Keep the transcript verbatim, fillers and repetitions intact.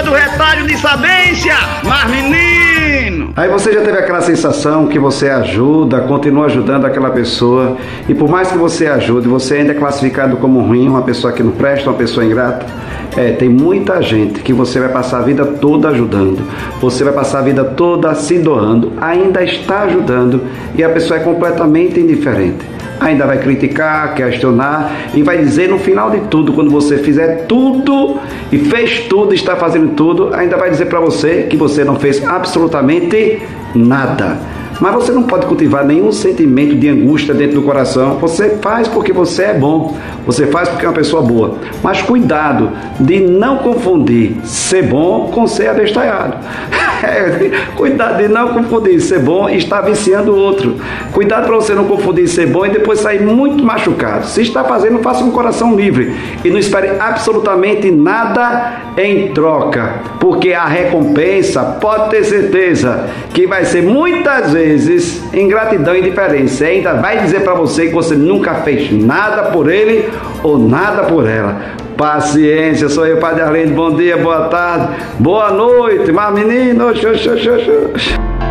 do retalho de sabência, mas menino! Aí você já teve aquela sensação que você ajuda, continua ajudando aquela pessoa, e por mais que você ajude, você ainda é classificado como ruim, uma pessoa que não presta, uma pessoa ingrata. É, tem muita gente que você vai passar a vida toda ajudando, você vai passar a vida toda se doando, ainda está ajudando, e a pessoa é completamente indiferente. Ainda vai criticar, questionar e vai dizer no final de tudo, quando você fizer tudo e fez tudo, está fazendo tudo, ainda vai dizer para você que você não fez absolutamente nada. Mas você não pode cultivar nenhum sentimento de angústia dentro do coração. Você faz porque você é bom, você faz porque é uma pessoa boa. Mas cuidado de não confundir ser bom com ser abestalhado. Cuidado de não confundir ser bom e estar viciando o outro. Cuidado para você não confundir ser bom e depois sair muito machucado. Se está fazendo, faça um coração livre e não espere absolutamente nada em troca, porque a recompensa, pode ter certeza, que vai ser muitas vezes ingratidão e indiferença. E ainda vai dizer para você que você nunca fez nada por ele ou nada por ela. Paciência, sou eu, Padre Arlindo. Bom dia, boa tarde, boa noite, mas menino, xô, xô, xô, xô.